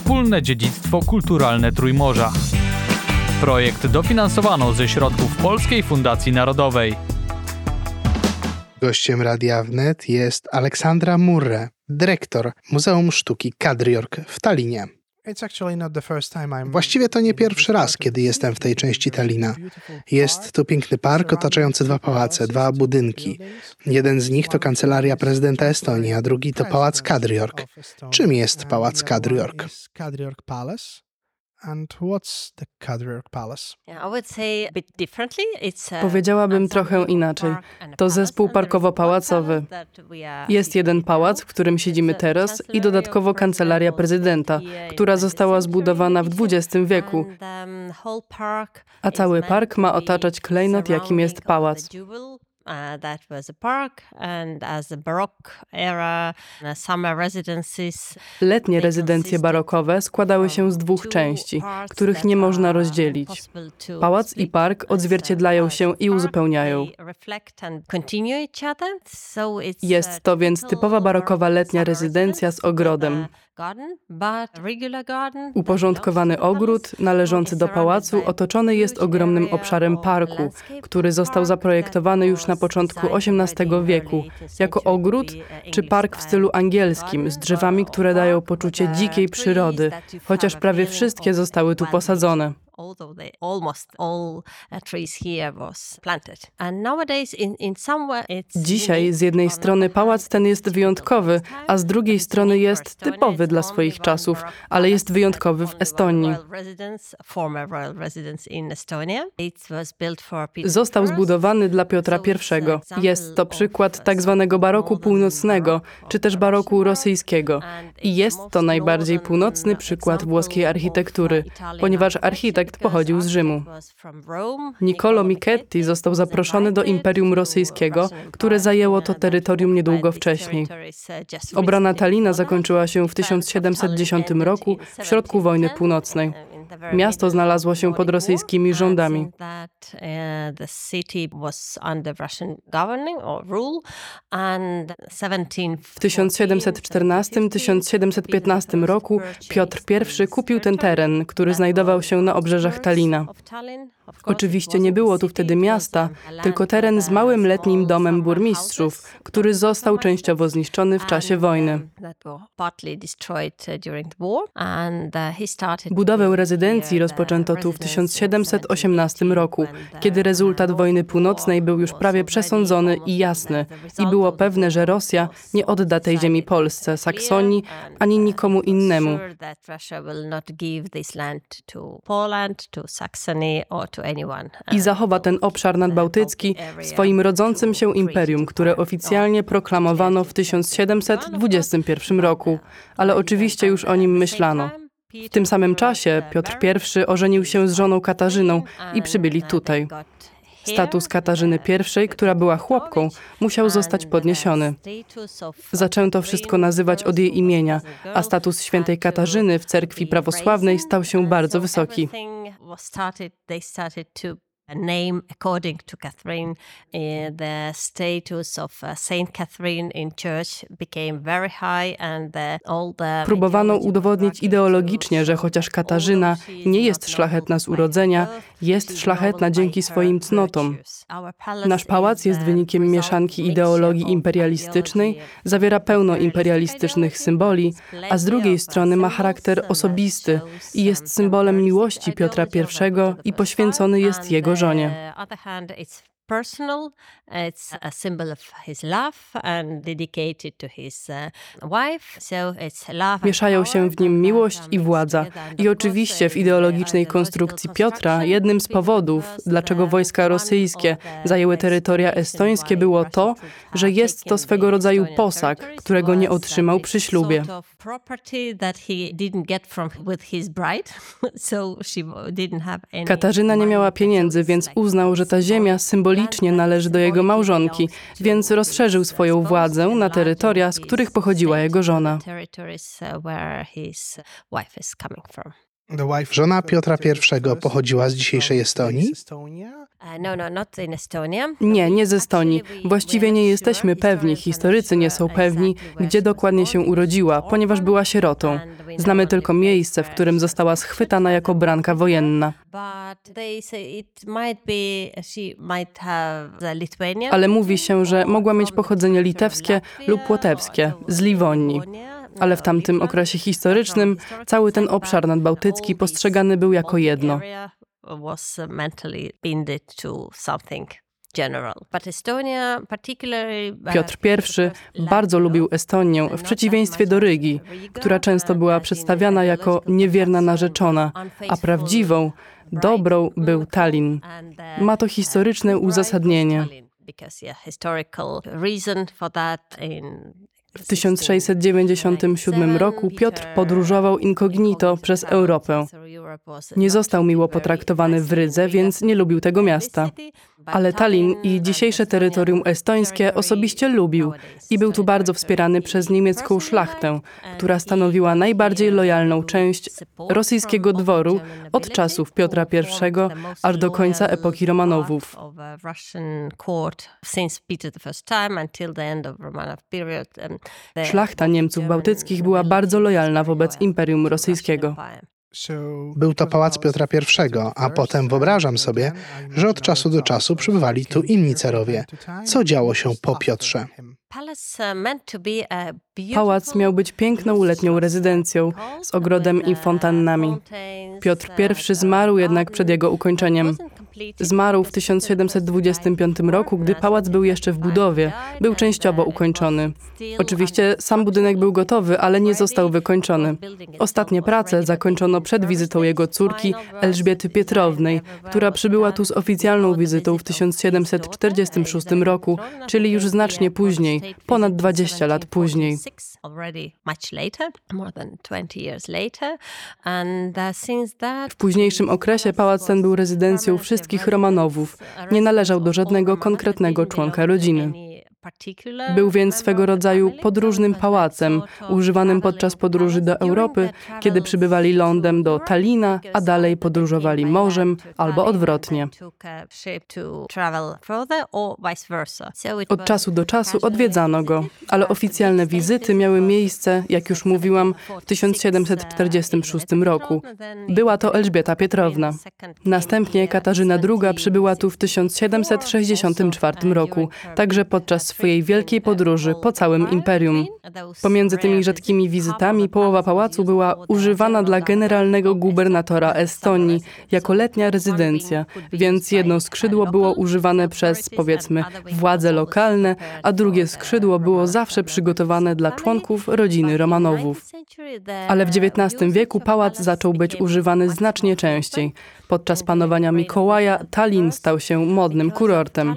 wspólne dziedzictwo kulturalne Trójmorza. Projekt dofinansowano ze środków Polskiej Fundacji Narodowej. Gościem Radia Wnet jest Aleksandra Murre, dyrektor Muzeum Sztuki Kadriorg w Tallinie. Właściwie to nie pierwszy raz, kiedy jestem w tej części Tallina. Jest tu piękny park otaczający dwa pałace, dwa budynki. Jeden z nich to kancelaria prezydenta Estonii, a drugi to pałac Kadriorg. Czym jest pałac Kadriorg? Powiedziałabym trochę inaczej. To zespół parkowo-pałacowy. Jest jeden pałac, w którym siedzimy teraz i dodatkowo kancelaria prezydenta, która została zbudowana w XX wieku. A cały park ma otaczać klejnot, jakim jest pałac. That was a park, and as the Baroque era, summer residences. Letnie rezydencje barokowe składały się z dwóch części, których nie można rozdzielić. Pałac i park odzwierciedlają się i uzupełniają. Jest to więc typowa barokowa letnia rezydencja z ogrodem. Uporządkowany ogród należący do pałacu otoczony jest ogromnym obszarem parku, który został zaprojektowany już na początku XVIII wieku jako ogród czy park w stylu angielskim z drzewami, które dają poczucie dzikiej przyrody, chociaż prawie wszystkie zostały tu posadzone. Dzisiaj z jednej strony pałac ten jest wyjątkowy, a z drugiej strony jest typowy dla swoich czasów, ale jest wyjątkowy w Estonii. Został zbudowany dla Piotra I. Jest to przykład tak zwanego baroku północnego, czy też baroku rosyjskiego. I jest to najbardziej północny przykład włoskiej architektury, ponieważ architekt pochodził z Rzymu. Niccolò Michetti został zaproszony do Imperium Rosyjskiego, które zajęło to terytorium niedługo wcześniej. Obrona Tallina zakończyła się w 1710 roku w środku wojny północnej. Miasto znalazło się pod rosyjskimi rządami. W 1714-1715 roku Piotr I kupił ten teren, który znajdował się na obrzeżach Tallina. Oczywiście nie było tu wtedy miasta, tylko teren z małym letnim domem burmistrzów, który został częściowo zniszczony w czasie wojny. Budowę rezydencji rozpoczęto tu w 1718 roku, kiedy rezultat wojny północnej był już prawie przesądzony i jasny i było pewne, że Rosja nie odda tej ziemi Polsce, Saksonii ani nikomu innemu. I zachowa ten obszar nadbałtycki w swoim rodzącym się imperium, które oficjalnie proklamowano w 1721 roku, ale oczywiście już o nim myślano. W tym samym czasie Piotr I ożenił się z żoną Katarzyną i przybyli tutaj. Status Katarzyny I, która była chłopką, musiał zostać podniesiony. Zaczęto wszystko nazywać od jej imienia, a status świętej Katarzyny w cerkwi prawosławnej stał się bardzo wysoki. Name according to Catherine, the status of Saint Catherine in church became very high and all the... Próbowano udowodnić ideologicznie, że chociaż Katarzyna nie jest szlachetna z urodzenia, jest szlachetna dzięki swoim cnotom. Nasz pałac jest wynikiem mieszanki ideologii imperialistycznej, zawiera pełno imperialistycznych symboli, a z drugiej strony ma charakter osobisty i jest symbolem miłości Piotra I i poświęcony jest jego żonie. Personal, it's a symbol of his love and dedicated to his wife. So it's love. Mieszają się w nim miłość i władza. I oczywiście w ideologicznej konstrukcji Piotra jednym z powodów, dlaczego wojska rosyjskie zajęły terytoria estońskie, było to, że jest to swego rodzaju posag, którego nie otrzymał przy ślubie. Katarzyna nie miała pieniędzy, więc uznał, że ta ziemia symbolicznie należy do jego małżonki, więc rozszerzył swoją władzę na terytoria, z których pochodziła jego żona. Żona Piotra I pochodziła z dzisiejszej Estonii? No, not in Estonia. Nie z Estonii. Właściwie nie jesteśmy pewni, historycy nie są pewni, gdzie dokładnie się urodziła, ponieważ była sierotą. Znamy tylko miejsce, w którym została schwytana jako branka wojenna. Ale mówi się, że mogła mieć pochodzenie litewskie lub łotewskie, z Liwonii. Ale w tamtym okresie historycznym cały ten obszar nadbałtycki postrzegany był jako jedno. Piotr I bardzo lubił Estonię, w przeciwieństwie do Rygi, która często była przedstawiana jako niewierna narzeczona, a prawdziwą, dobrą był Tallinn. Ma to historyczne uzasadnienie. W 1697 roku Piotr podróżował incognito przez Europę. Nie został miło potraktowany w Rydze, więc nie lubił tego miasta. Ale Tallinn i dzisiejsze terytorium estońskie osobiście lubił i był tu bardzo wspierany przez niemiecką szlachtę, która stanowiła najbardziej lojalną część rosyjskiego dworu od czasów Piotra I aż do końca epoki Romanowów. Szlachta Niemców bałtyckich była bardzo lojalna wobec Imperium Rosyjskiego. Był to pałac Piotra I, a potem wyobrażam sobie, że od czasu do czasu przybywali tu inni carowie. Co działo się po Piotrze? Pałac miał być piękną letnią rezydencją z ogrodem i fontannami. Piotr I zmarł jednak przed jego ukończeniem. Zmarł w 1725 roku, gdy pałac był jeszcze w budowie, był częściowo ukończony. Oczywiście sam budynek był gotowy, ale nie został wykończony. Ostatnie prace zakończono przed wizytą jego córki Elżbiety Pietrownej, która przybyła tu z oficjalną wizytą w 1746 roku, czyli już znacznie później, ponad 20 lat później. W późniejszym okresie pałac ten był rezydencją wszystkich Romanowów. Nie należał do żadnego konkretnego członka rodziny. Był więc swego rodzaju podróżnym pałacem, używanym podczas podróży do Europy, kiedy przybywali lądem do Tallina, a dalej podróżowali morzem albo odwrotnie. Od czasu do czasu odwiedzano go, ale oficjalne wizyty miały miejsce, jak już mówiłam, w 1746 roku. Była to Elżbieta Pietrowna. Następnie Katarzyna II przybyła tu w 1764 roku, także podczas swojej wielkiej podróży po całym imperium. Pomiędzy tymi rzadkimi wizytami połowa pałacu była używana dla generalnego gubernatora Estonii jako letnia rezydencja, więc jedno skrzydło było używane przez, powiedzmy, władze lokalne, a drugie skrzydło było zawsze przygotowane dla członków rodziny Romanowów. Ale w XIX wieku pałac zaczął być używany znacznie częściej. Podczas panowania Mikołaja Tallinn stał się modnym kurortem.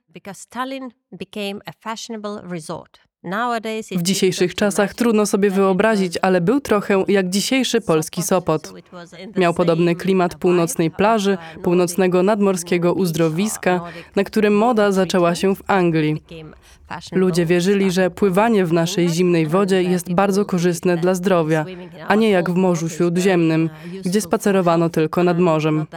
W dzisiejszych czasach trudno sobie wyobrazić, ale był trochę jak dzisiejszy polski Sopot. Miał podobny klimat północnej plaży, północnego nadmorskiego uzdrowiska, na którym moda zaczęła się w Anglii. Ludzie wierzyli, że pływanie w naszej zimnej wodzie jest bardzo korzystne dla zdrowia, a nie jak w Morzu Śródziemnym, gdzie spacerowano tylko nad morzem.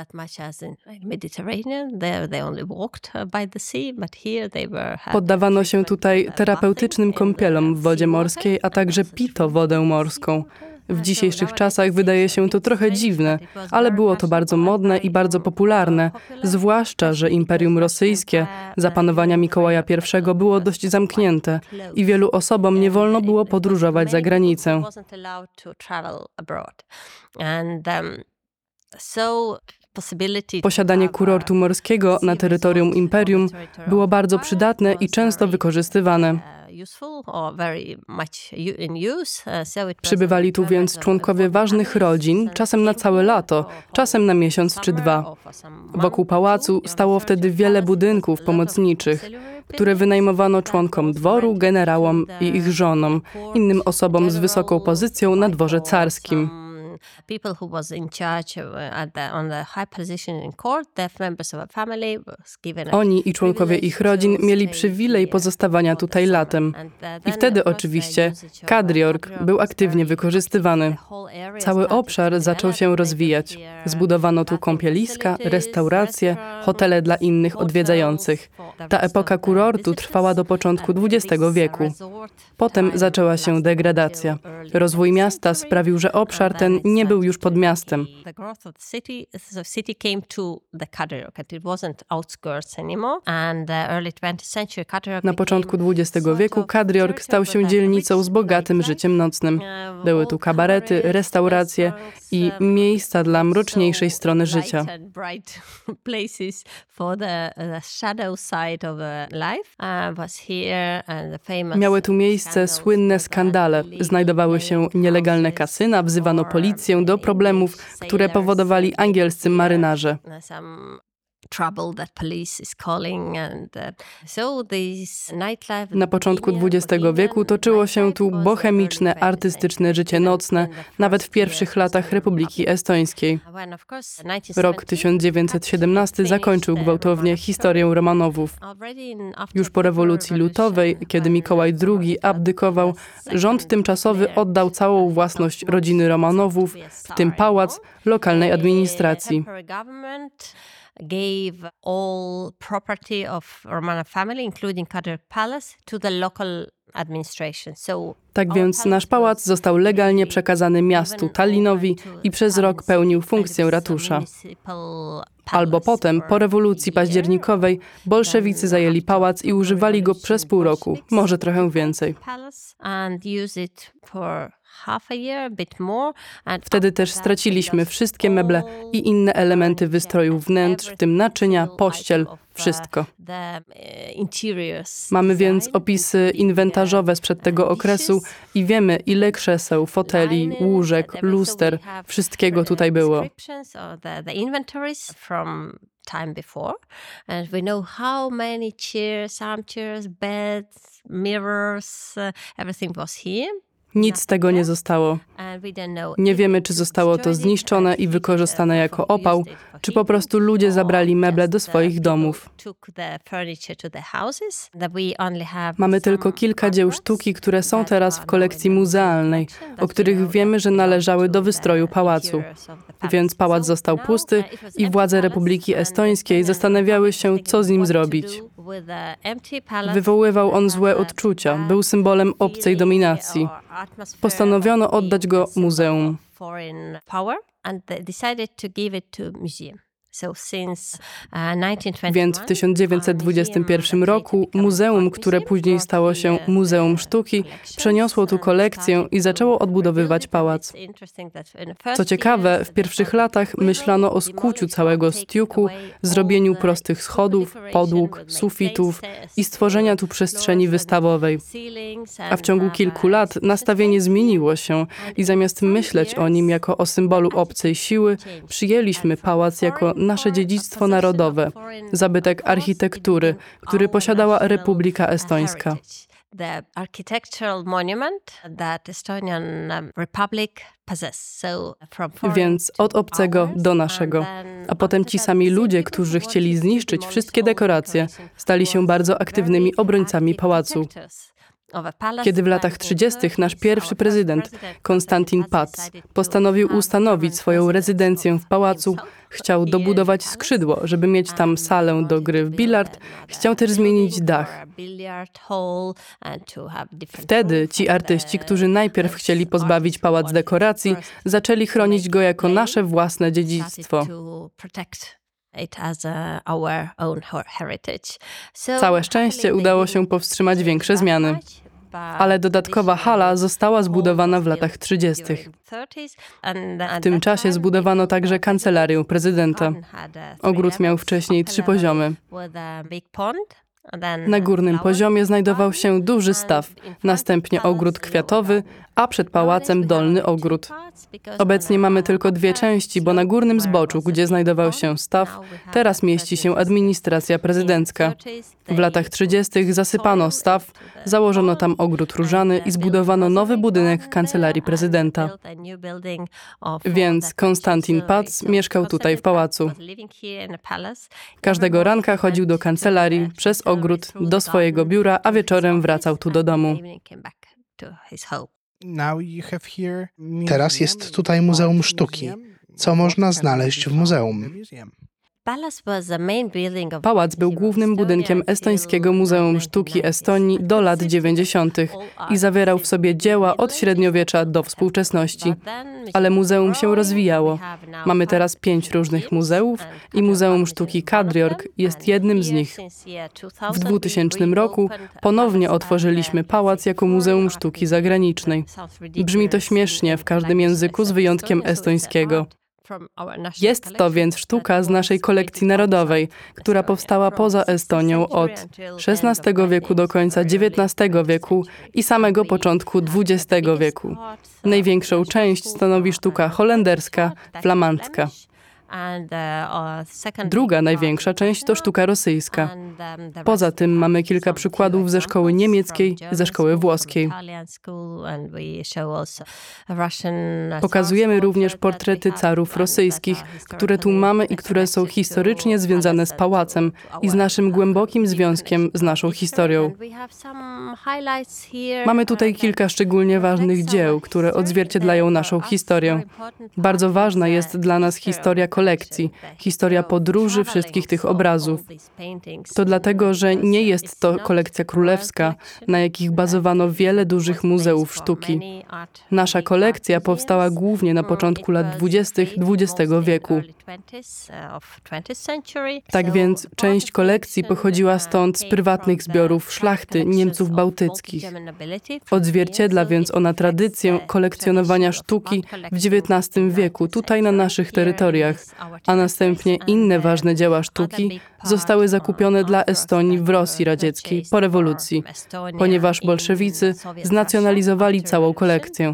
Poddawano się tutaj terapeutycznym kąpielom w wodzie morskiej, a także pito wodę morską. W dzisiejszych czasach wydaje się to trochę dziwne, ale było to bardzo modne i bardzo popularne, zwłaszcza, że Imperium Rosyjskie za panowania Mikołaja I było dość zamknięte i wielu osobom nie wolno było podróżować za granicę. Posiadanie kurortu morskiego na terytorium imperium było bardzo przydatne i często wykorzystywane. Przybywali tu więc członkowie ważnych rodzin, czasem na całe lato, czasem na miesiąc czy dwa. Wokół pałacu stało wtedy wiele budynków pomocniczych, które wynajmowano członkom dworu, generałom i ich żonom, innym osobom z wysoką pozycją na dworze carskim. people who was in charge on the high position in court, the members of a family was given Oni i członkowie ich rodzin mieli przywilej pozostawania tutaj latem. I wtedy oczywiście Kadriorg był aktywnie wykorzystywany. Cały obszar zaczął się rozwijać. Zbudowano tu kąpieliska, restauracje, hotele dla innych odwiedzających. Ta epoka kurortu trwała do początku XX wieku. Potem zaczęła się degradacja. Rozwój miasta sprawił, że obszar ten nie był już pod miastem. Na początku XX wieku Kadriorg stał się dzielnicą z bogatym życiem nocnym. Były tu kabarety, restauracje i miejsca dla mroczniejszej strony życia. Miały tu miejsce słynne skandale. Znajdowały się nielegalne kasyna, wzywano policję do problemów, które powodowali angielscy marynarze. Na początku XX wieku toczyło się tu bohemiczne, artystyczne życie nocne, nawet w pierwszych latach Republiki Estońskiej. Rok 1917 zakończył gwałtownie historię Romanowów. Już po rewolucji lutowej, kiedy Mikołaj II abdykował, rząd tymczasowy oddał całą własność rodziny Romanowów, w tym pałac, lokalnej administracji. Gave all property of Romanov family, including Kadriorg Palace, to the local administration. Tak więc nasz pałac został legalnie przekazany miastu Tallinowi i przez rok pełnił funkcję ratusza. Albo potem, po rewolucji październikowej, bolszewicy zajęli pałac i używali go przez pół roku, może trochę więcej. Wtedy też straciliśmy wszystkie meble i inne elementy wystroju wnętrz, w tym naczynia, pościel, wszystko. Mamy więc opisy inwentarzowe sprzed tego okresu i wiemy, ile krzeseł, foteli, łóżek, luster, wszystkiego tutaj było. Time before, and we know how many chairs, armchairs, beds, mirrors, everything was here. Nic z tego nie zostało. Nie wiemy, czy zostało to zniszczone i wykorzystane jako opał, czy po prostu ludzie zabrali meble do swoich domów. Mamy tylko kilka dzieł sztuki, które są teraz w kolekcji muzealnej, o których wiemy, że należały do wystroju pałacu. Więc pałac został pusty i władze Republiki Estońskiej zastanawiały się, co z nim zrobić. Wywoływał on złe odczucia, był symbolem obcej dominacji. Postanowiono oddać go muzeum. Więc w 1921 roku muzeum, które później stało się Muzeum Sztuki, przeniosło tu kolekcję i zaczęło odbudowywać pałac. Co ciekawe, w pierwszych latach myślano o skuciu całego stiuku, zrobieniu prostych schodów, podłóg, sufitów i stworzenia tu przestrzeni wystawowej. A w ciągu kilku lat nastawienie zmieniło się i zamiast myśleć o nim jako o symbolu obcej siły, przyjęliśmy pałac jako nasze dziedzictwo narodowe, zabytek architektury, który posiadała Republika Estońska. The architectural monument that Estonian Republic possess. Więc od obcego do naszego. A potem ci sami ludzie, którzy chcieli zniszczyć wszystkie dekoracje, stali się bardzo aktywnymi obrońcami pałacu. Kiedy w latach 30. nasz pierwszy prezydent, Konstantin Pats, postanowił ustanowić swoją rezydencję w pałacu, chciał dobudować skrzydło, żeby mieć tam salę do gry w bilard, chciał też zmienić dach. Wtedy ci artyści, którzy najpierw chcieli pozbawić pałac dekoracji, zaczęli chronić go jako nasze własne dziedzictwo. Całe szczęście udało się powstrzymać większe zmiany. Ale dodatkowa hala została zbudowana w latach 30. W tym czasie zbudowano także kancelarię prezydenta. Ogród miał wcześniej 3 poziomy. Na górnym poziomie znajdował się duży staw, następnie ogród kwiatowy, a przed pałacem dolny ogród. Obecnie mamy tylko 2 części, bo na górnym zboczu, gdzie znajdował się staw, teraz mieści się administracja prezydencka. W latach 30. zasypano staw, założono tam ogród różany i zbudowano nowy budynek kancelarii prezydenta. Więc Konstantin Pac mieszkał tutaj w pałacu. Każdego ranka chodził do kancelarii, przez ogród, do swojego biura, a wieczorem wracał tu do domu. Teraz jest tutaj Muzeum Sztuki. Co można znaleźć w muzeum? Pałac był głównym budynkiem Estońskiego Muzeum Sztuki Estonii do lat 90. i zawierał w sobie dzieła od średniowiecza do współczesności. Ale muzeum się rozwijało. Mamy teraz 5 różnych muzeów i Muzeum Sztuki Kadriorg jest jednym z nich. W 2000 roku ponownie otworzyliśmy pałac jako Muzeum Sztuki Zagranicznej. Brzmi to śmiesznie w każdym języku z wyjątkiem estońskiego. Jest to więc sztuka z naszej kolekcji narodowej, która powstała poza Estonią od XVI wieku do końca XIX wieku i samego początku XX wieku. Największą część stanowi sztuka holenderska, flamandzka. Druga największa część to sztuka rosyjska. Poza tym mamy kilka przykładów ze szkoły niemieckiej, ze szkoły włoskiej. Pokazujemy również portrety carów rosyjskich, które tu mamy i które są historycznie związane z pałacem i z naszym głębokim związkiem z naszą historią. Mamy tutaj kilka szczególnie ważnych dzieł, które odzwierciedlają naszą historię. Bardzo ważna jest dla nas historia kolekcji, historia podróży wszystkich tych obrazów. To dlatego, że nie jest to kolekcja królewska, na jakich bazowano wiele dużych muzeów sztuki. Nasza kolekcja powstała głównie na początku lat 20. XX wieku. Tak więc część kolekcji pochodziła stąd z prywatnych zbiorów szlachty Niemców bałtyckich. Odzwierciedla więc ona tradycję kolekcjonowania sztuki w XIX wieku tutaj na naszych terytoriach, a następnie inne ważne dzieła sztuki zostały zakupione dla Estonii w Rosji radzieckiej po rewolucji, ponieważ bolszewicy znacjonalizowali całą kolekcję.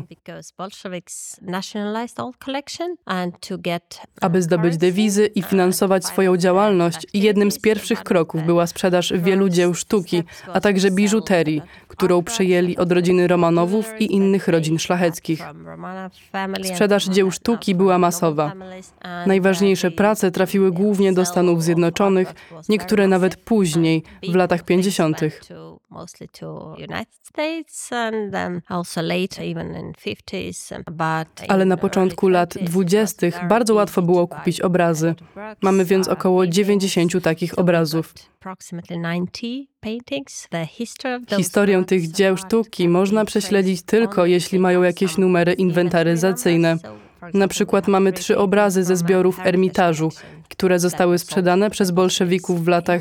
Aby zdobyć dewizy i finansować swoją działalność, jednym z pierwszych kroków była sprzedaż wielu dzieł sztuki, a także biżuterii, którą przejęli od rodziny Romanowów i innych rodzin szlacheckich. Sprzedaż dzieł sztuki była masowa. Najważniejsze prace trafiły głównie do Stanów Zjednoczonych, niektóre nawet później, w latach 50. Ale na początku lat 20. bardzo łatwo było kupić obrazy. Mamy więc około 90 takich obrazów. Historię tych dzieł sztuki można prześledzić tylko, jeśli mają jakieś numery inwentaryzacyjne. Na przykład mamy 3 obrazy ze zbiorów Ermitażu, które zostały sprzedane przez bolszewików w latach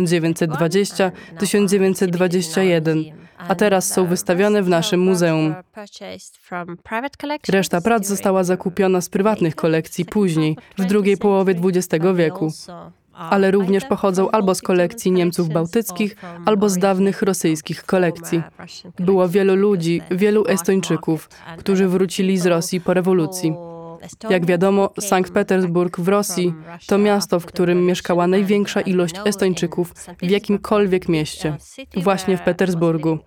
1920-1921, a teraz są wystawione w naszym muzeum. Reszta prac została zakupiona z prywatnych kolekcji później, w drugiej połowie XX wieku. Ale również pochodzą albo z kolekcji Niemców bałtyckich, albo z dawnych rosyjskich kolekcji. Było wielu ludzi, wielu Estończyków, którzy wrócili z Rosji po rewolucji. Jak wiadomo, Sankt Petersburg w Rosji to miasto, w którym mieszkała największa ilość Estończyków w jakimkolwiek mieście. Właśnie w Petersburgu.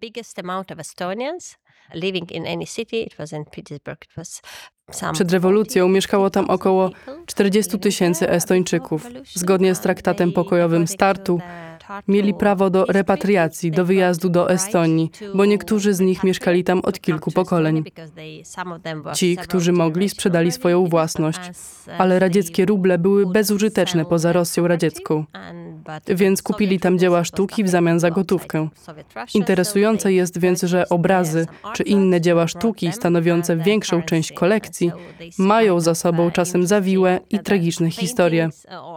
Przed rewolucją mieszkało tam około 40 000 Estończyków. Zgodnie z traktatem pokojowym z Tartu mieli prawo do repatriacji, do wyjazdu do Estonii, bo niektórzy z nich mieszkali tam od kilku pokoleń. Ci, którzy mogli, sprzedali swoją własność, ale radzieckie ruble były bezużyteczne poza Rosją radziecką, więc kupili tam dzieła sztuki w zamian za gotówkę. Interesujące jest więc, że obrazy czy inne dzieła sztuki stanowiące większą część kolekcji mają za sobą czasem zawiłe i tragiczne historie.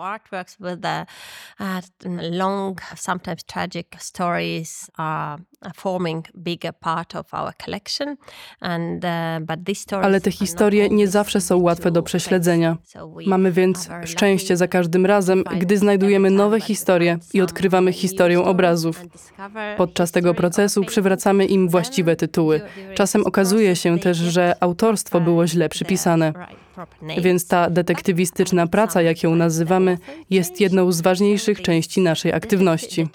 Sometimes tragic stories are forming bigger part of our collection but these stories. Ale te historie nie zawsze są łatwe do prześledzenia. Mamy więc szczęście za każdym razem, gdy znajdujemy nowe historie historię i odkrywamy historię obrazów. Podczas tego procesu przywracamy im właściwe tytuły. Czasem okazuje się też, że autorstwo było źle przypisane. Więc ta detektywistyczna praca, jak ją nazywamy, jest jedną z ważniejszych części naszej aktywności.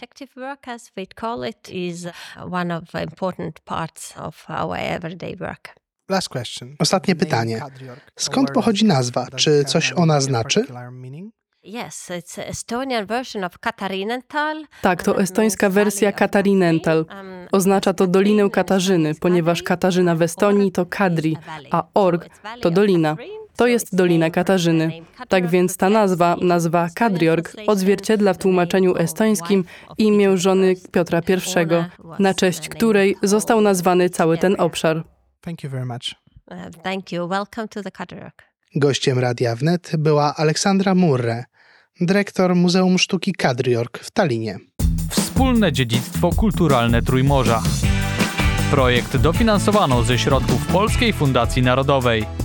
Ostatnie pytanie. Skąd pochodzi nazwa? Czy coś ona znaczy? Tak, to estońska wersja Katarinental. Oznacza to Dolinę Katarzyny, ponieważ Katarzyna w Estonii to Kadri, a Org to dolina. To jest Dolina Katarzyny. Tak więc ta nazwa Kadriorg odzwierciedla w tłumaczeniu estońskim imię żony Piotra I, na cześć której został nazwany cały ten obszar. Thank you. Welcome to the Kadriorg. Gościem Radia Wnet była Aleksandra Murre, dyrektor Muzeum Sztuki Kadriorg w Tallinie. Wspólne dziedzictwo kulturalne Trójmorza. Projekt dofinansowano ze środków Polskiej Fundacji Narodowej.